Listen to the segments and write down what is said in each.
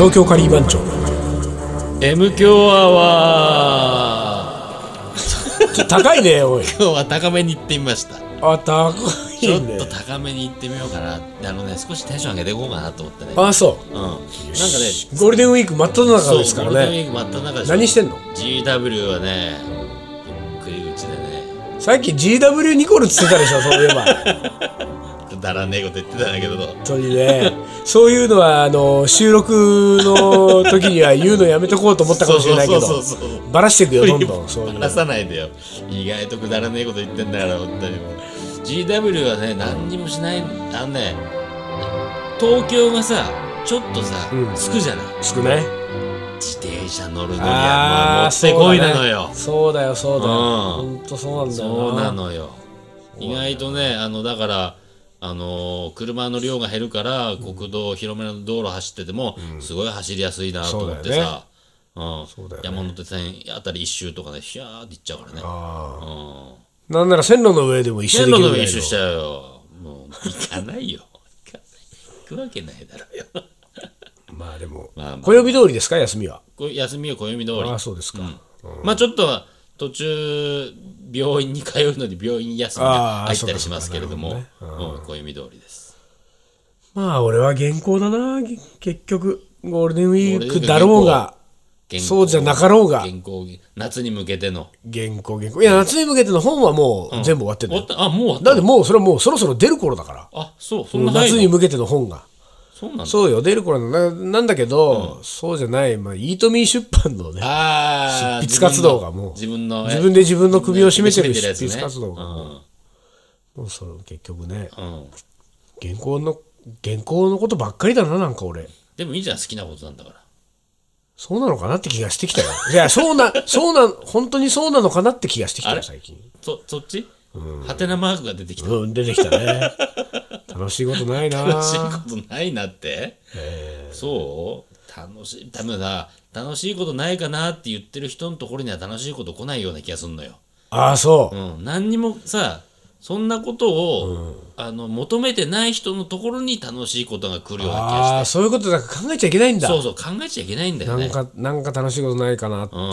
東京カリー番長 M 強アワーちょっと高いねおい。 今日は高めに行ってみました。 あ、高ちょっいね。 と高めに行ってみようかな。少しテンション上げていこうかなと思ってね。 あ、そうなんかね、 ゴールデンウィーク真っ只中ですからゴールデンウィね。 ーク真っ只中でしょ。 何してんの？ GW はね、ゆっくり口でね、 さっき GW ニコルっつってたでしょ、そういえば。 くだらねえこと言ってたんだけど、 本当にね、そういうのは収録の時には言うのやめとこうと思ったかもしれないけど、 そうバラしていくよ、どんどん。そういうのバラさないでよ。意外とくだらねえこと言ってんだから本当にもう。GW はね、何にもしない。東京がさ、ちょっとさ、つくじゃない。 つくね。 自転車乗るのにはもうもってこいなのよ。 そうだよ、そうだよ。ほんとそうなんだよな。 そうなのよ。意外とね、だから車の量が減るから国道、広めの道路走っててもすごい走りやすいなと思ってさ、山手線あたり一周とかね、ひゃーって行っちゃうからね。 なんなら線路の上でも一周できるぐらいの。 線路の上一周しちゃうよ。もう行かないよ。行くわけないだろうよ。 まあでも、暦通りですか、休みは。 休みは暦通り。 ああ、そうですか。 まあちょっとは途中病院に通うのに病院休みが入ったりしますけれども、暦通りです。 まあ俺は原稿だな、結局。ゴールデンウィークだろうが、そうじゃなかろうが。 原稿、夏に向けての。 原稿。いや、夏に向けての本はもう全部終わってるんだよ。 あ、もう終わった。 だってもうそれはもうそろそろ出る頃だから。 あ、そう、そんな早いの？ 夏に向けての本が。 そうなんだ。 そうよ、出る頃なんだけど、そうじゃない、イートミー出版のね、執筆活動がもう、自分で自分の首を絞めてる執筆活動が、もうそれ結局ね、原稿のことばっかりだな、なんか俺。 でもいいじゃん、好きなことなんだから。 そうなのかなって気がしてきたよ。いや、本当にそうなのかなって気がしてきたよ、最近。 そっち？ハテナマークが出てきた。 出てきたね。楽しいことないな。 楽しいことないなって。そう楽しい。多分さ、楽しいことないかなって言ってる人のところには楽しいこと来ないような気がするのよ。 ああ、そう。 何にもさ、そんなことを、求めてない人のところに楽しいことが来るような気がして。 ああ、そういうことだから考えちゃいけないんだ。 そう、考えちゃいけないんだよね。 なんか楽しいことないかなっていう。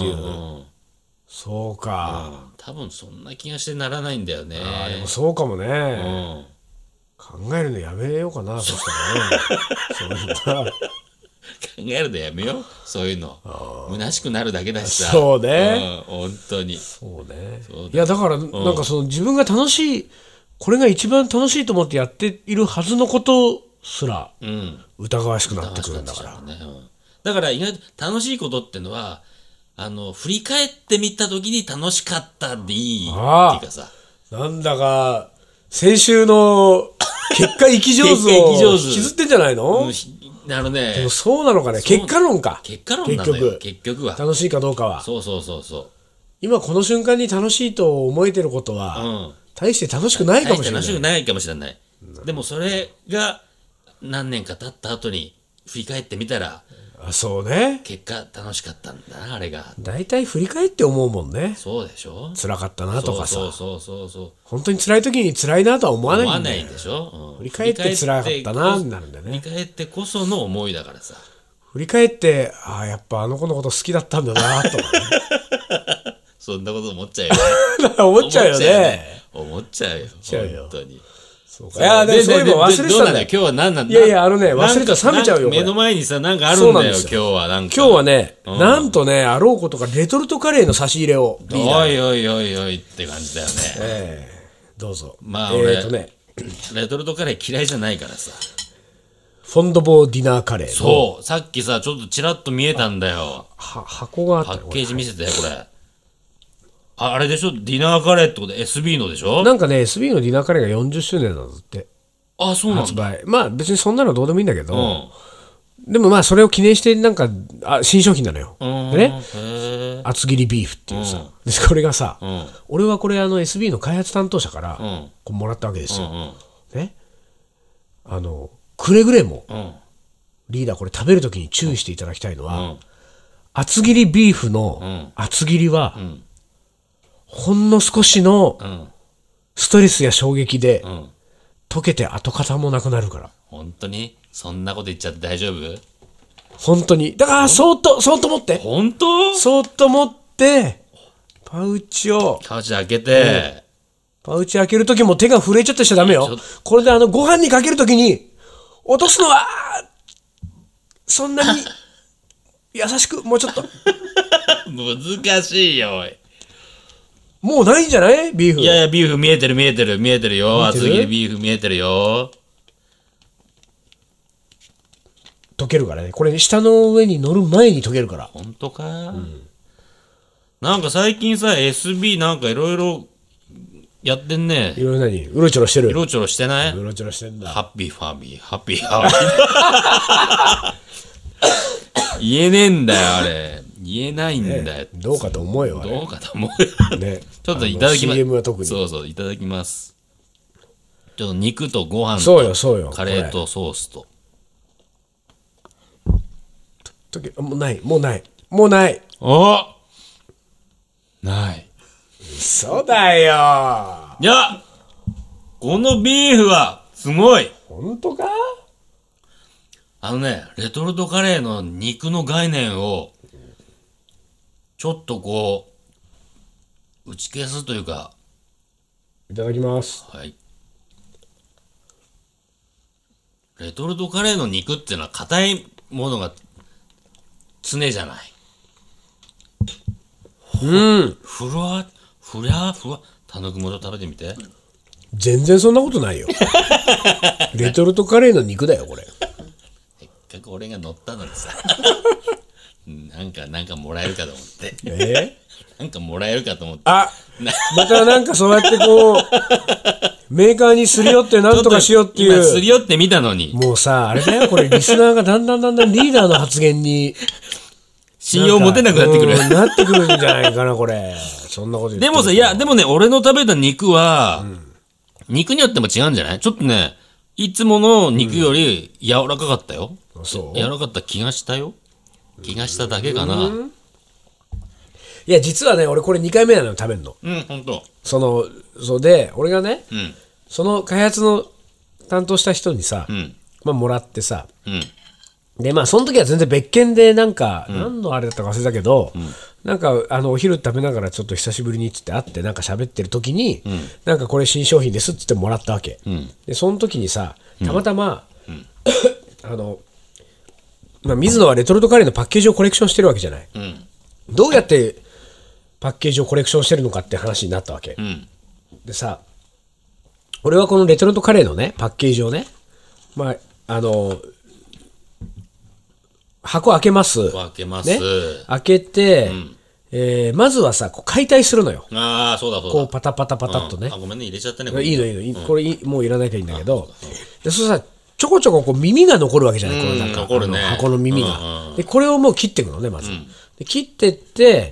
そうか。 多分そんな気がしてならないんだよね。 でもそうかもね。考えるのやめようかな、そしたらね。そういうの考えるのやめよう、そういうの。虚しくなるだけだしさ。 そうね。 本当に。 そうね。いや、だから、なんか自分が楽しい、これが一番楽しいと思ってやっているはずのことすら、疑わしくなってくるんだから。 だから意外と楽しいことってのは、振り返ってみたときに楽しかったでいいっていうかさ。 なんだか、先週の結果生き上手を引きずってんじゃないの？でもそうなのかね。結果論か。 結果論なんだよ。結局は。 楽しいかどうかは。 そう。 今この瞬間に楽しいと思えてることは、大して楽しくないかもしれない。 楽しくないかもしれない。でもそれが何年か経った後に振り返ってみたら、 そうね。 結果楽しかったんだな、あれが。 大体振り返って思うもんね。 そうでしょ。 辛かったなとかさ。 そう。 本当に辛い時に辛いなとは思わないんだよ。 思わないでしょ。 振り返って辛かったなになるんだよね。 振り返ってこその思いだからさ。 振り返って、やっぱあの子のこと好きだったんだなとかね。 そんなこと思っちゃうよね。 思っちゃうよね。 思っちゃうよ。本当に。 いや、でもそういえば忘れてたんだよ。 今日は何なんだ。 いや、忘れたら冷めちゃうよ。 目の前にさ、なんかあるんだよ、今日は。 今日はね、なんとね、あろうことかレトルトカレーの差し入れを。 おいって感じだよね。 どうぞ。 まあ俺、レトルトカレー嫌いじゃないからさ。 フォンドボーディナーカレー。 そう、さっきさ、ちょっとチラッと見えたんだよ。 箱があったパッケージ見せて、これ。あれでしょ、ディナーカレーってことで SB のでしょ。 なんかね、SB のディナーカレーが40周年なんだって。 あ、そうなんだ。 発売。まあ別にそんなのどうでもいいんだけど、でもまあそれを記念してなんか新商品なのよ。でね、厚切りビーフっていうさ、これがさ、俺はこれSB の開発担当者からもらったわけですよ。ね、くれぐれもリーダーこれ食べるときに注意していただきたいのは、厚切りビーフの厚切りはほんの少しのストレスや衝撃で溶けて跡形もなくなるから。 本当にそんなこと言っちゃって大丈夫？ 本当に。だからそーっと持って。 本当？ そーっと持って、パウチ開けて、 パウチ開けるときも手が震えちゃったりしちゃダメよ。これでご飯にかけるときに、落とすのは、そんなに、優しく、もうちょっと。 難しいよ、おい。 もうないんじゃないビーフ。 いや、ビーフ見えてるよ。厚切りビーフ見えてるよ。 溶けるからね。これ、下の上に乗る前に溶けるから。 ほんとか、なんか最近さ、SB なんかいろいろやってんね。 いろいろうろちょろしてる。 うろちょろしてない？ うろちょろしてんだ。 ハッピーファミリー。言えねえんだよ、あれ。言えないんだよ。 どうかと思うよ、あれ。 どうかと思うよ。 ね。 ちょっといただきます。 CM は特に。 そう、いただきます。ちょっと肉とご飯とカレーとソースと。 もうない。 おない。 そうだよ。 いや、このビーフはすごい。 本当か？ レトルトカレーの肉の概念を、ちょっとこう、打ち消すというか。 いただきます。 はい。レトルトカレーの肉っていうのは硬いものが常じゃない。ふわ。たぬきもちょっと食べてみて。 全然そんなことないよ。レトルトカレーの肉だよ、これ。 せっかく俺が乗ったのにさ。なんかもらえるかと思って。なんかもらえるかと思って。 あ、またなんかそうやってこう、メーカーにすり寄ってなんとかしようっていう。 今すり寄ってみたのに。 もうさ、あれだよ、これリスナーがだんだんリーダーの発言に。 信用持てなくなってくる。 なってくるんじゃないかな、これ。そんなこと言って。 でもさ、でもね、俺の食べた肉は、肉によっても違うんじゃない？ちょっとね、いつもの肉より柔らかかったよ。 そう？ 柔らかかった気がしたよ。気がしただけかな。 いや、実はね、俺これ2回目なのよ、食べるの。 ほんと。 そうで、俺がね、その開発の担当した人にさ、もらってさ、で、その時は全然別件で、何のあれだったか忘れたけど、お昼食べながらちょっと久しぶりにっつって会って喋ってる時に、これ新商品ですっつってもらったわけ。で、その時にさ、たまたま、水野はレトルトカレーのパッケージをコレクションしてるわけじゃない。どうやってパッケージをコレクションしてるのかって話になったわけ。でさ、俺はこのレトルトカレーのね、パッケージをね、箱開けます。ね、開けて、まずはさ、解体するのよ。 ああ、そうだ。 こうパタパタっとね。 ごめんね、入れちゃったね。 いいの。これもういらないからいいんだけど、で、そしたらちょこちょここう耳が残るわけじゃない、この残るね、 箱の耳が。で、これをもう切っていくのね、まず。で切ってって、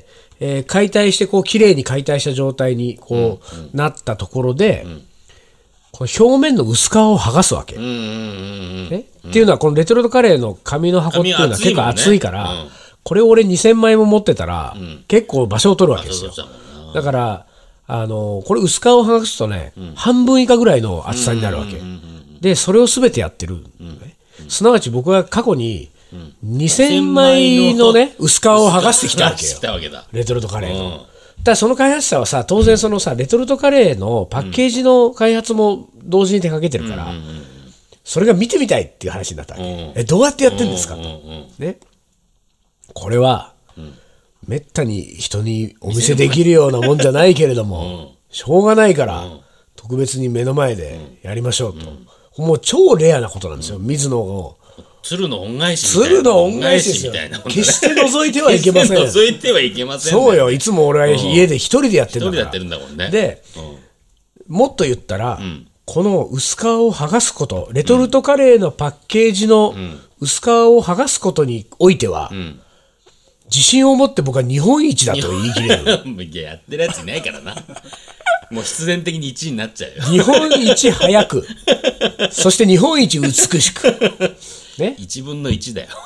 解体して、こう、綺麗に解体した状態に、こう、なったところで、この表面の薄皮を剥がすわけ。っていうのは、このレトルトカレーの紙の箱っていうのは結構厚いから、これを俺2000枚も持ってたら、結構場所を取るわけですよ。だから、これ薄皮を剥がすとね、半分以下ぐらいの厚さになるわけ。で、それを全てやってる。すなわち僕は過去に、2000枚のね、薄皮を剥がしてきたわけよ。レトルトカレーの。ただその開発者はさ、当然そのさ、レトルトカレーのパッケージの開発も同時に手掛けてるから、それが見てみたいっていう話になったわけ。どうやってやってんですかと。ね。これは、めったに人にお見せできるようなもんじゃないけれども、しょうがないから、特別に目の前でやりましょうと。もう超レアなことなんですよ、水野を。 鶴の恩返しみたいな。決して覗いてはいけません。 覗いてはいけません。 そうよ、いつも俺は家で一人でやってるんだから。 一人でやってるんだもんね。 で、もっと言ったら、この薄皮を剥がすこと、レトルトカレーのパッケージの薄皮を剥がすことにおいては、自信を持って僕は日本一だと言い切れる。 いや、やってるやついないからな。もう必然的に1位になっちゃうよ。 日本一早く、そして日本一美しく。ね、 1分の1だよ。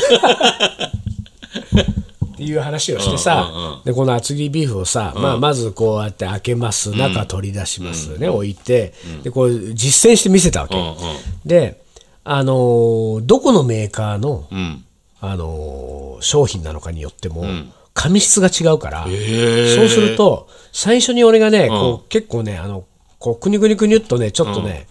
っていう話をしてさ、でこの厚切りビーフをさ、まずこうやって開けます、中取り出しますね、置いて、でこう実践して見せたわけ。で、どこのメーカーの商品なのかによっても、紙質が違うから、そうすると最初に俺がね、こう結構ねこうくにゅくにゅくにゅっとねちょっとね、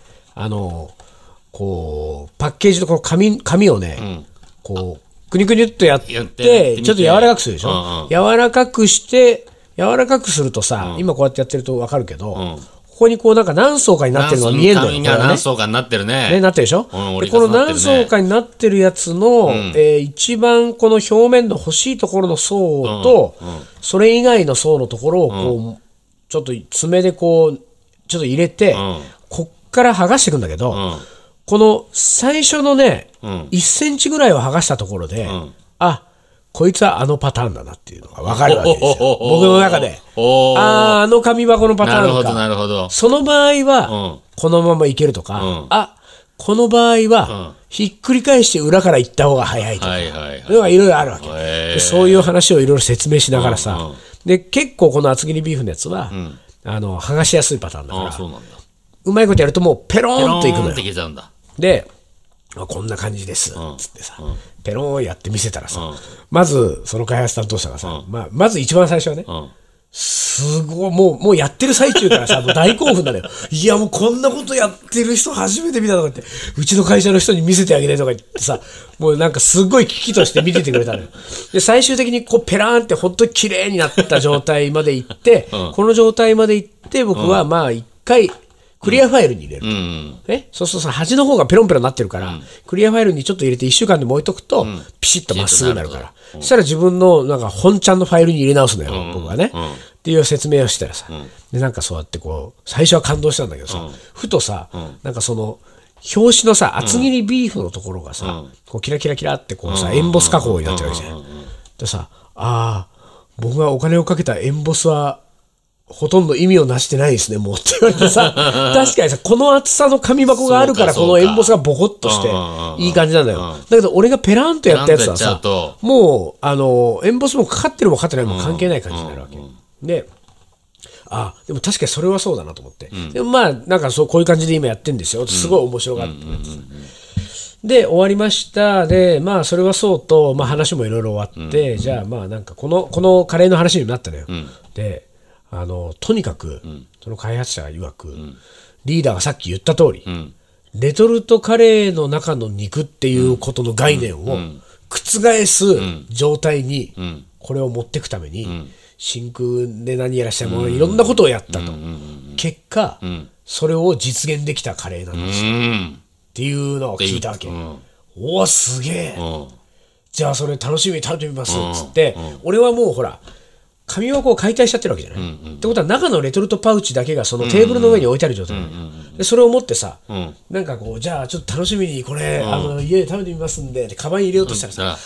こうパッケージのこの紙をね、こうくにゅくにゅっとやってちょっと柔らかくするでしょ、柔らかくするとさ、今こうやってやってると分かるけど、ここにこうなんか何層かになってるのが見えるんだよ。 紙が何層かになってるね。 なってるでしょ。でこの何層かになってるやつの、一番この表面の欲しいところの層と、それ以外の層のところをこう、ちょっと爪でこうちょっと入れて、こっから剥がしていくんだけど、この最初のね、1センチぐらいを剥がしたところで、こいつはあのパターンだなっていうのが分かるわけですよ。僕の中で。あの紙箱のパターンか。なるほど、なるほど。その場合は、このままいけるとか、この場合は、ひっくり返して裏から行った方が早いとか、そういうのがいろいろあるわけ。でそういう話をいろいろ説明しながらさ、で、結構この厚切りビーフのやつは、剥がしやすいパターンだから、うまいことやるともうペローンといくのよ。で、こんな感じですつってさ、ペローンやって見せたらさ、まずその開発担当者がさ、まず一番最初はね、すごいもうやってる最中からさ、もう大興奮なのよ。いやもうこんなことやってる人初めて見たとか言って、うちの会社の人に見せてあげてとか言ってさ、もうなんかすごい危機として見ててくれたのよ。で最終的にこうペラーンって本当に綺麗になった状態まで行って、この状態まで行って僕はまあ一回クリアファイルに入れると、そうするとさ端の方がペロンペロンになってるから、クリアファイルにちょっと入れて1週間でも置いとくと、ピシッとまっすぐになるから、そしたら自分のなんか本ちゃんのファイルに入れ直すのよ、僕はね、っていう説明をしたらさ、でなんかそうやってこう最初は感動したんだけどさ、ふとさ、なんかその表紙のさ厚切りビーフのところがさ、こうキラキラキラってこうさエンボス加工になってるわけじゃん。でさ、僕がお金をかけたエンボスはほとんど意味をなしてないですね、もうって言われてさ、確かにさ、この厚さの紙箱があるから、このエンボスがボコッとして、いい感じなんだよ。だけど、俺がペランとやったやつはさ、もう、エンボスもかかってるもかかってないも関係ない感じになるわけ。で、でも確かにそれはそうだなと思って。でもまあ、なんかこういう感じで今やってんですよ。すごい面白がって。で、終わりました。で、まあ、それはそうと、まあ話もいろいろ終わって、じゃあまあなんかこのカレーの話になったのよ。で、とにかく、その開発者が曰く、リーダーがさっき言った通り、レトルトカレーの中の肉っていうことの概念を覆す状態にこれを持っていくために、真空で何やらしたものいろんなことをやったと。結果、それを実現できたカレーなんですよ。っていうのを聞いたわけ。おお、すげえ。じゃあそれ楽しみに食べてみますっつって、俺はもうほら、紙箱を解体しちゃってるわけじゃない。ってことは中のレトルトパウチだけがそのテーブルの上に置いてある状態で、それを持ってさ、なんかこうじゃあちょっと楽しみにこれ家で食べてみますんでってカバンに入れようとしたらさ、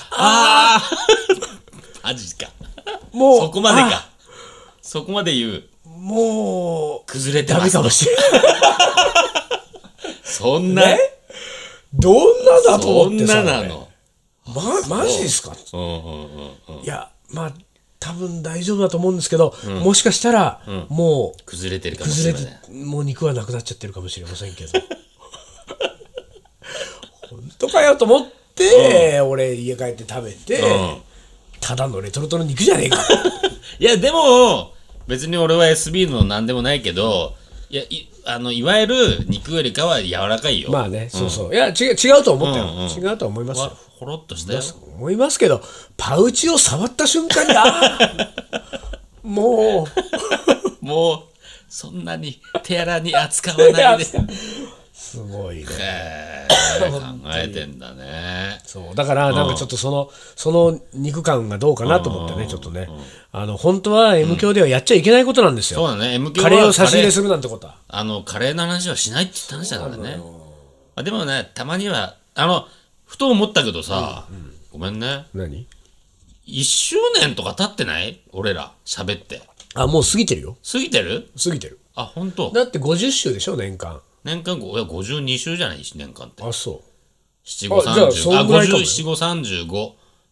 マジか。 もうそこまでか。そこまで言う。 もう崩れてますダメかもしれない。 そんなどんなだと思ってさ、 そんななの。 マジですか。いやまあ多分大丈夫だと思うんですけど、もしかしたらもう崩れてるかもしれない。 もう肉はなくなっちゃってるかもしれませんけど本当かよと思って、俺家帰って食べて、ただのレトルトの肉じゃねえかいやでも別に俺は SB のなんでもないけど、いわゆる肉よりかは柔らかいよ。 まあね、そうそう。いや違うと思ったよ。違うと思いますよ。 ほろっとしたよ。 思いますけど、パウチを触った瞬間にもうそんなに手荒に扱わないで。 すごいね。 考えてんだね。 そうだからなんかちょっとその肉感がどうかなと思ってね、ちょっとね、本当は M 響ではやっちゃいけないことなんですよ。 そうだね。M 響カレーを差し入れするなんてことは。 カレーの話はしないって言った話だからね。でもね、たまにはふと思ったけどさ、ごめんね。 何 ？1周年とか経ってない？俺ら喋って。 もう過ぎてるよ。 過ぎてる？ 過ぎてる。 本当。 だって50週でしょ、年間。 年間52週じゃない1年間って。 そう。 七五三十。七五35。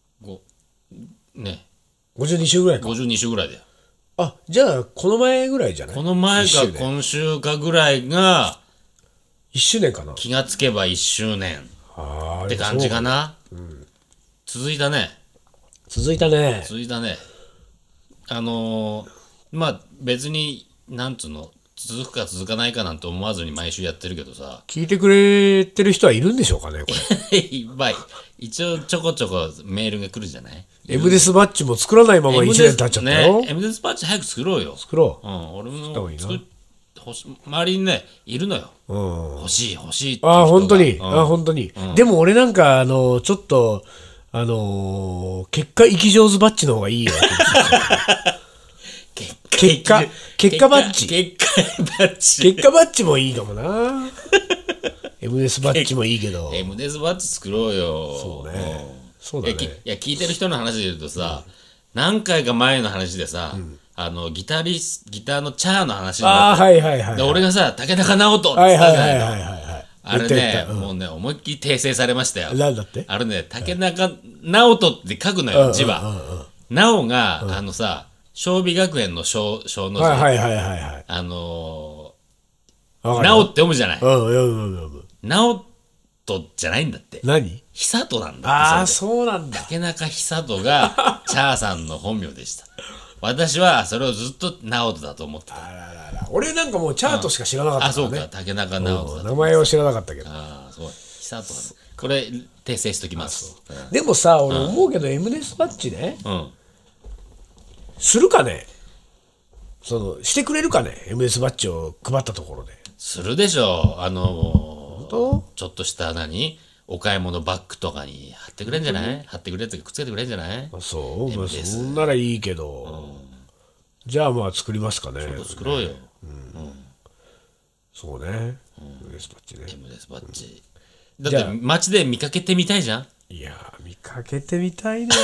ね。 52週ぐらいか。 52週ぐらいだよ。 じゃあこの前ぐらいじゃない？ この前か今週かぐらいが 1周年かな。 気がつけば1周年って感じかな。 続いたね。 続いたね。 続いたね。まあ別になんつうの続くか続かないかなんて思わずに毎週やってるけどさ。 聞いてくれてる人はいるんでしょうかね、これ。 いっぱい。一応ちょこちょこメールが来るじゃない。 エムデスバッジも作らないまま1年経っちゃったよ。 ね、エムデスバッジ早く作ろうよ。 作ろう。 うん、俺も周りにねいるのよ。 うん、 欲しいっていう人が。 あ、本当に、あ、本当に。でも俺なんかちょっと結果生き上手バッジの方がいいよ。結果バッジ。結果バッジもいいかもな。エムデスバッジもいいけど。 エムデスバッジ作ろうよ。 そうね。そうだね。 いや聞いてる人の話で言うとさ、何回か前の話でさ、ギターのチャーの話になって、 はいはいはい。 で俺がさ竹中直人って言ったじゃないの。あれね、もうね思いっきり訂正されましたよ。 なんだって？ あれね、竹中直人って書くのよ、字は。直がさ、尚美学園の小の字。直って読むじゃない。直人じゃないんだって。 何？ 久人なんだって。 ああ、そうなんだ。 竹中久人がチャーさんの本名でした。私はそれをずっと直人だと思ってた。 俺なんかもうチャートしか知らなかったからね。 あ、そうか、竹中直人だ。 名前を知らなかったけど。 ああ、そう。久人これ訂正しときます。 でもさ、俺思うけど、エムデスバッジね、するかね、してくれるかね、エムデスバッジを配ったところで。 するでしょう。ちょっとしたお買い物バッグとかに貼ってくれんじゃない？貼ってくれってくっつけてくれんじゃない？ そう、そんならいいけど、じゃあまあ作りますかね。 作ろうよ。 そうね。エムデスバッジね。 エムデスバッジ。だって街で見かけてみたいじゃん。 いやー、見かけてみたいね。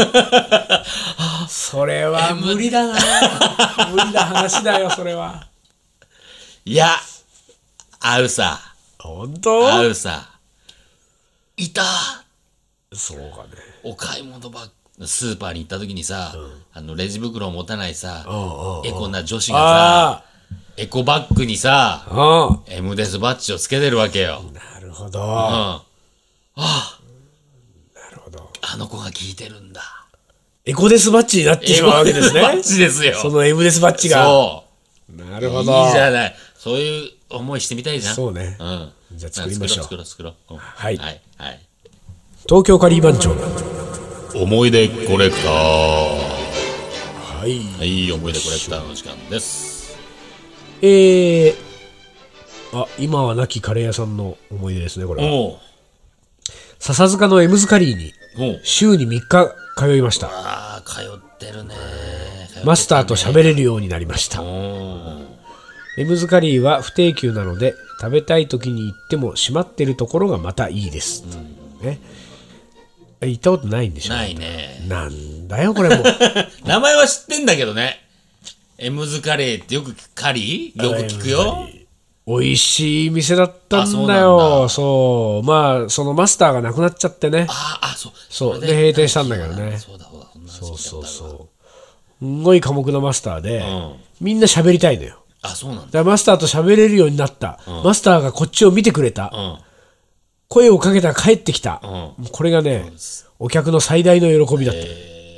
それは無理だな。無理な話だよ、それは。 いや、合うさ。 本当？ 合うさ。いた。 そうかね。 お買い物バッグ、スーパーに行った時にさ、レジ袋を持たないさ、エコな女子がさ、エコバッグにさ、エムデスバッジをつけてるわけよ。 なるほど。なるほど。 あの子が聞いてるんだ。 エコデスバッジになってしまうわけですね。 エコデスバッジですよ。 そのエムデスバッジが。 そう。 なるほど。 いいじゃない。そういう思いしてみたいじゃん。 そうね。じゃあ作りましょう。 作ろう。 はい。 はい。 東京カリー番長。 思い出コレクター。 はい。 思い出コレクターの時間です。 今は亡きカレー屋さんの思い出ですね、これは。笹塚のエムズカリーに週に3日通いました。 通ってるね。 マスターと喋れるようになりました。エムズカリーは不定休なので、食べたい時に行っても閉まってるところがまたいいです。ね。行ったことないんでしょ？ ないね。 なんだよ、これも。 名前は知ってんだけどね。エムズカレーってよく聞くよ。 美味しい店だったんだよ。そう。まあ、そのマスターが亡くなっちゃってね。そう。で、閉店したんだけどね。そう。すんごい寡黙なマスターで、みんな喋りたいのよ。 そうなんだ。 だからマスターと喋れるようになった。マスターがこっちを見てくれた。声をかけたら帰ってきた。これがね、お客の最大の喜びだった。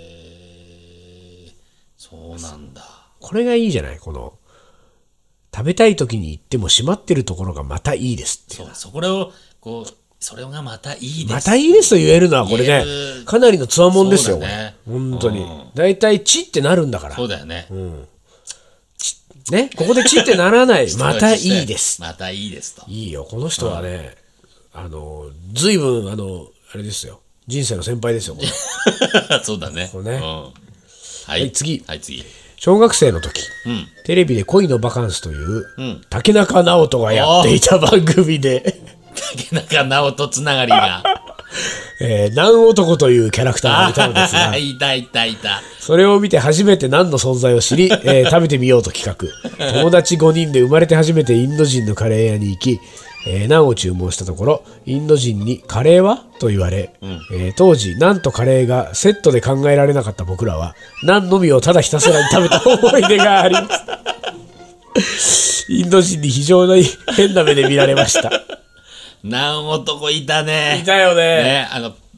そうなんだ。 これがいいじゃない、食べたい時に行っても閉まってるところがまたいいですっていう。 それがまたいいです。 またいいですと言えるのはこれね、かなりのつわもんですよ、ね、本当に。だいたいチってなるんだから。 そうだよね。 ね、ここでチってならない。またいいです。 またいいですと。 いいよ、この人はね、ずいぶん、あれですよ。人生の先輩ですよ、これ。 そうだね。 はい、次。 次。 小学生の時、テレビで恋のバカンスという、竹中直人がやっていた番組で、 竹中直人つながりが。 南男というキャラクターがいたのですが、 いた。 それを見て初めて南の存在を知り、食べてみようと企画。友達5人で生まれて初めてインド人のカレー屋に行き、ナンを注文したところ、インド人にカレーはと言われ、当時ナンとカレーがセットで考えられなかった僕らはナンのみをただひたすらに食べた思い出があります。インド人に非常に変な目で見られました。 ナン男いたね。 いたよね。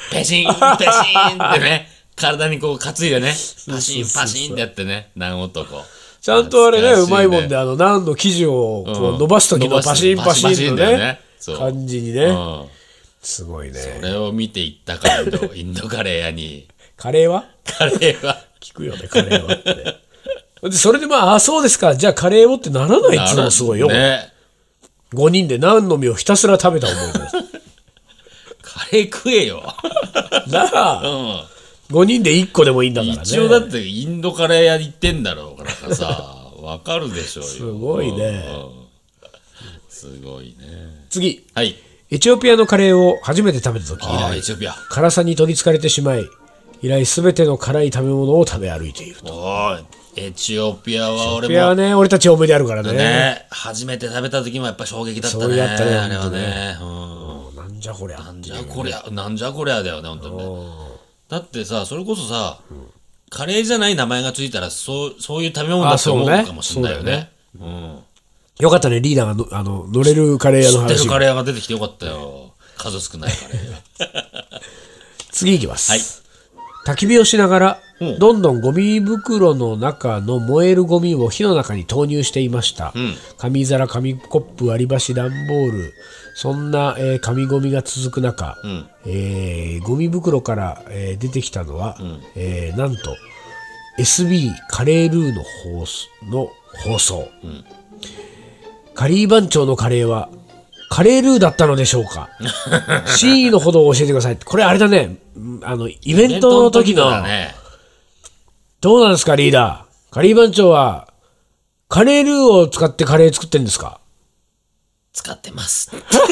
ペシンペシンってね、体にこう担いでね、パシンパシンってやってね、ナン男。 ちゃんとあれね、うまいもんで、ナンの生地をこう伸ばす時のパシンパシンのね、感じにね。すごいね。 それを見ていったからインドカレー屋に。 カレーは聞くよね、カレーはって。で、それでそうですか、じゃあカレーをってならないっていうのもすごいよ。ね。5人でナンの実をひたすら食べた思いです。 カレー食えよ。 なあ。5人で1個でもいいんだからね。 一応だってインドカレー屋行ってんだろうからさ、わかるでしょうよ。 すごいね。 すごいね。 次。 はい。 エチオピアのカレーを初めて食べた時以来、 エチオピア。 辛さに取りつかれてしまい、以来すべての辛い食べ物を食べ歩いていると。 エチオピアは俺も。エチオピアはね、俺たち多めであるからね。 初めて食べた時もやっぱ衝撃だったね。 そうやったね、 あれはね。 なんじゃこりゃ。 なんじゃこりゃ、なんじゃこりゃだよね、本当にね。だってさ、それこそさ、カレーじゃない名前がついたら、そういう食べ物だと思うかもしれないよね。 よかったね、リーダーが乗れるカレー屋の話。 知ってるカレー屋が出てきてよかったよ。数少ないカレー屋。 次いきます。 はい。 焚き火をしながら、どんどんゴミ袋の中の燃えるゴミを火の中に投入していました。紙皿、紙コップ、割り箸、段ボール、そんな、紙ゴミが続く中、ゴミ袋から、出てきたのは、なんと SB カレールーの放送、カリー番長のカレーはカレールーだったのでしょうか。真意のほどを教えてください。これあれだね、イベントの時の、どうなんですかリーダー、カリー番長はカレールーを使ってカレー作ってんですか。 使ってます。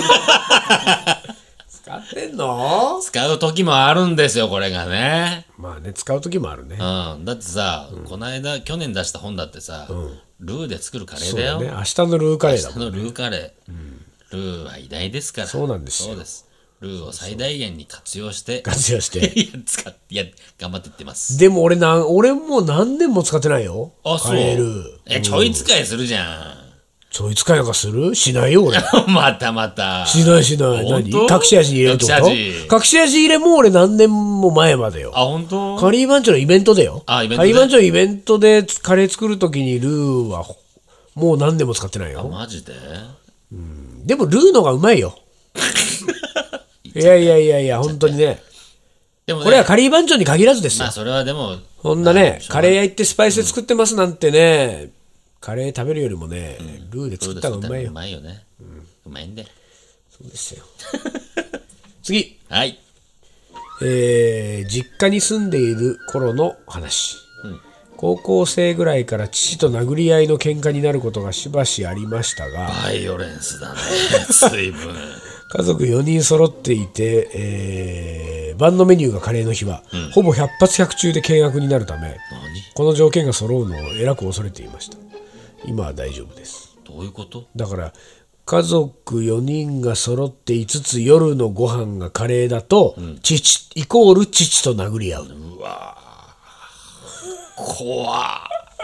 使ってんの？ 使う時もあるんですよ、これがね。 まあね、使う時もあるね。 だってさ、この間去年出した本だってさ、ルーで作るカレーだよ。 そうだね、明日のルーカレーだもんね。 明日のルーカレー。ルーは偉大ですから。 そうなんですよ。 そうです。ルーを最大限に活用して。頑張っていってます。 でも俺もう何年も使ってないよ。カレールー。 ちょい使いするじゃん。 ちょい使いなんかする？しないよ俺。 また。 しない。何？隠し味入れるってこと？隠し味入れも俺何年も前までよ。 本当？ カリー番長のイベントだよ。 カリー番長のイベントでカレー作るときにルーはもう何年も使ってないよ。 マジで？ でもルーのがうまいよ。いや本当にね。でもね、これはカリー番長に限らずですよ。 それはでもこんなね、カレー屋行ってスパイスで作ってますなんてね、カレー食べるよりもね、ルーで作った方がうまいよ。 うまいよね。うまいんで。 そうですよ。次。 はい。 実家に住んでいる頃の話。高校生ぐらいから父と殴り合いの喧嘩になることがしばしありましたが、 バイオレンスだね。随分。 家族4人揃っていて、晩のメニューがカレーの日は、ほぼ100発100中で険悪になるため、この条件が揃うのをえらく恐れていました。今は大丈夫です。 どういうこと？ だから家族4人が揃って5つ夜のご飯がカレーだと、父イコール父と殴り合う。 うわ怖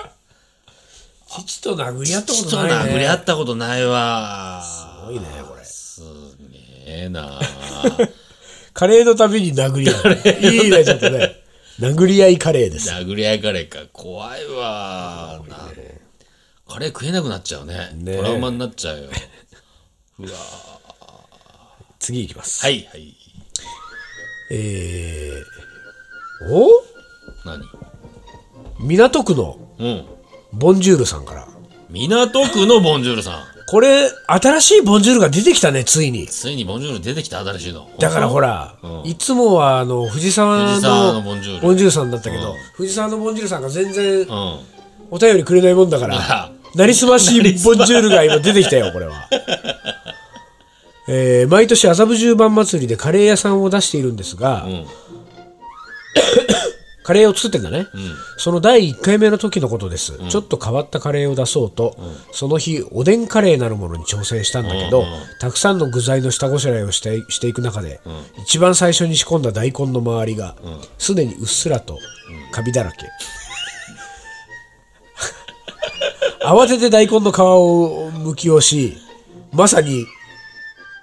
父と殴り合ったことないね。 父と殴り合ったことないわ。 すごいねこれ。 すげえな。 カレーのたびに殴り合う。いいねちょっとね。殴り合いカレーです。 殴り合いカレーか。怖いわ。カレー食えなくなっちゃうね。トラウマになっちゃうよ。うわ。 次いきます。 はい。何？ 港区のボンジュールさんから。 港区のボンジュールさん。 これ新しいボンジュールが出てきたね、ついにボンジュール出てきた、新しいの。 だからほら、いつもは藤沢のボンジュールさんだったけど、藤沢のボンジュールさんが全然お便りくれないもんだから、なりすましいボンジュールが今出てきたよこれは。毎年麻布十番祭りでカレー屋さんを出しているんですが、カレーを作ってんだね、その第1回目の時のことです、ちょっと変わったカレーを出そうと、その日おでんカレーなるものに挑戦したんだけど、たくさんの具材の下ごしらえをしていく中で、一番最初に仕込んだ大根の周りがすでにうっすらとカビだらけ。慌てて大根の皮を剥きをし、まさに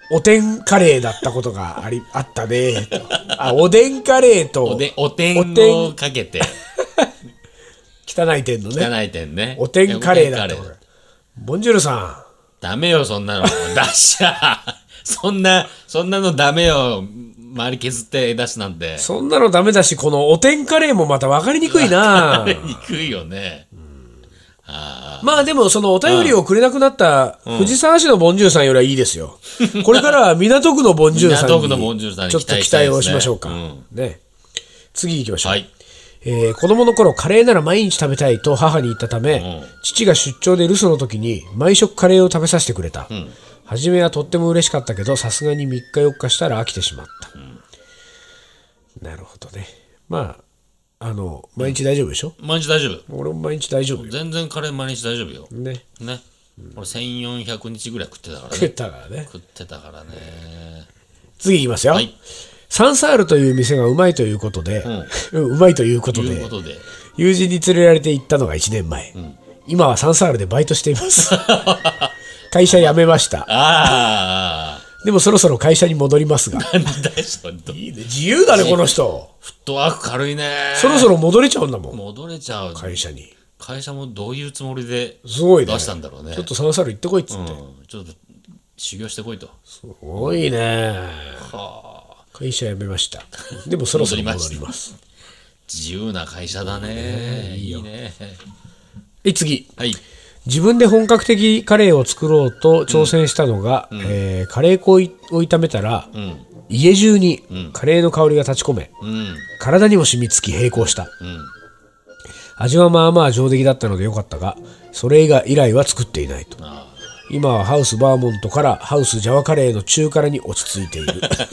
おてんカレーだったことがあったねと。あ、おでんカレーとおてんをかけて汚い点のね、 汚い点ね、 おてんカレーだったこと。ボンジュールさんダメよ、そんなの出しちゃそんなのダメよ、周り削って出すなんて。 そんなのダメだし、このおてんカレーもまた分かりにくいな。 分かりにくいよね。 まあでもそのお便りをくれなくなった藤沢市のボンジュールさんよりはいいですよ。これからは港区のボンジュールさんにちょっと期待をしましょうか。ね。次行きましょう。 はい。 子供の頃カレーなら毎日食べたいと母に言ったため、父が出張で留守の時に毎食カレーを食べさせてくれた。初めはとっても嬉しかったけど、さすがに3日4日したら飽きてしまった。なるほどね。まあ毎日大丈夫でしょ。 毎日大丈夫。 俺も毎日大丈夫よ。 全然カレー毎日大丈夫よ。 ね。 俺1400日ぐらい食ってたからね。 食ってたからね。 次いきますよ。はい。サンサールという店がうまいということで、うまいということで、友人に連れられて行ったのが1年前。今はサンサールでバイトしています。会社辞めました。でもそろそろ会社に戻りますが。 なんだよ、そんな。 いいね。自由だね、この人。 フットワーク軽いね。 そろそろ戻れちゃうんだもん。 戻れちゃう。 会社に。 会社もどういうつもりで出したんだろうね。 ちょっとサンサール行ってこいっつって。 ちょっと修行してこいと。 すごいね。会社辞めました。でもそろそろ戻ります。 自由な会社だね。いいね。 次。 はい。 自分で本格的カレーを作ろうと挑戦したのが、カレー粉を炒めたら、家中にカレーの香りが立ち込め、体にも染みつき並行した。味はまあまあ上出来だったのでよかったが、それ以来は作っていないと。今はハウスバーモントからハウスジャワカレーの中辛に落ち着いている。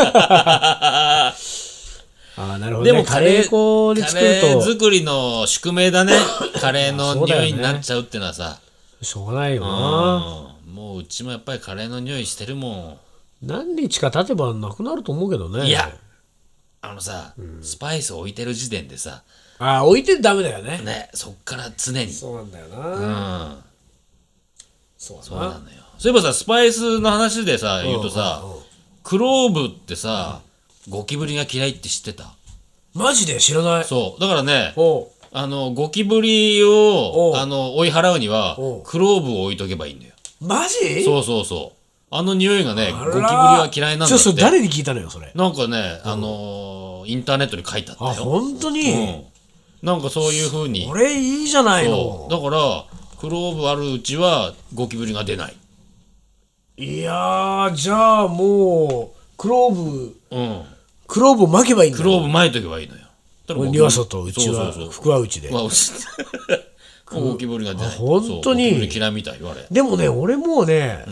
なるほどね。でもカレー粉で作ると。カレー作りの宿命だね。カレーの匂いになっちゃうってのはさ。 しょうがないよな。 もううちもやっぱりカレーの匂いしてるもん。 何日か経てばなくなると思うけどね。 いや、スパイス置いてる時点でさ。 置いてダメだよね。 ね、そっから常に。 そうなんだよな。 そうなのよ。そういえばさ、スパイスの話でさ、言うとさ、クローブってさ、ゴキブリが嫌いって知ってた？ マジで知らない。 そう。だからね、ゴキブリを追い払うにはクローブを置いとけばいいんだよ。 マジ？ そうそうそう。匂いがね、ゴキブリは嫌いなんだって。 それ誰に聞いたのよ、それ。 なんかね、インターネットに書いてあったよ。 本当に？ なんかそういう風に。 これいいじゃないの。 だからクローブあるうちはゴキブリが出ない。 いやー、じゃあもうクローブを巻けばいいんだよ。 クローブ巻いとけばいいのよ。 庭外、うちは福は内で。 ゴキブリが出ない。 本当に。 ゴキブリ嫌いみたいよ、あれ。 でもね、俺もうね、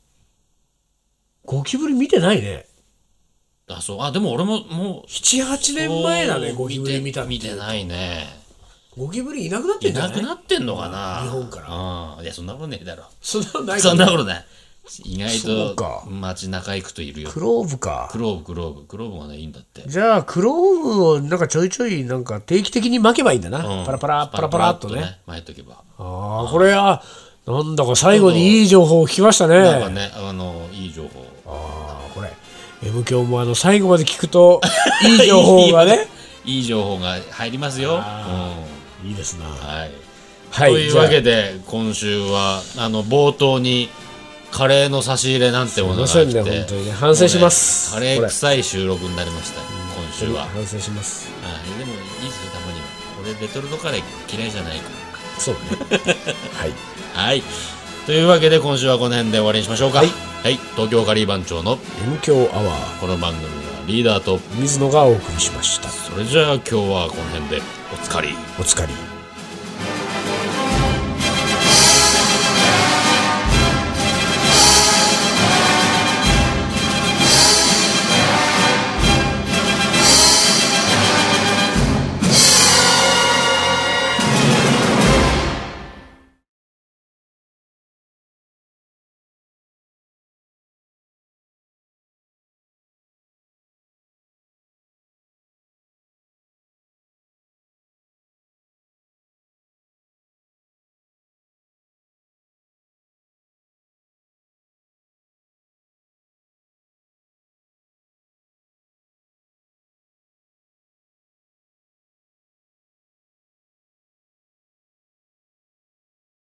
ゴキブリ見てないね。 でも俺ももう 7、8年前だね、ゴキブリ見た。 見てないね。 ゴキブリいなくなってんじゃない？ いなくなってんのかな、 日本から。 いや、そんなことねえだろ。 そんなことない。 そんなことない。意外と街中行くといるよ。 クローブか。 クローブがね、いいんだって。 じゃあクローブをなんかちょいちょいなんか定期的に巻けばいいんだな。パラパラっとね。 巻いとけば。 これはなんだか最後にいい情報を聞きましたね。 なんかね、いい情報。 これ M 響も最後まで聞くといい情報がね。 いい情報が入りますよ。 いいですな。 はい。というわけで今週は冒頭にカレーの差し入れなんてものが来て、 本当にね、反省します。 カレー臭い収録になりました。今週は反省します。 でもいいですよ、たまには。俺レトルトカレー嫌いじゃないから。 そうね。 はい。というわけで今週はこの辺で終わりにしましょうか。はい。東京カリー番長の M 強アワー。 この番組はリーダーと水野がお送りしました。 それじゃあ今日はこの辺でおつかり。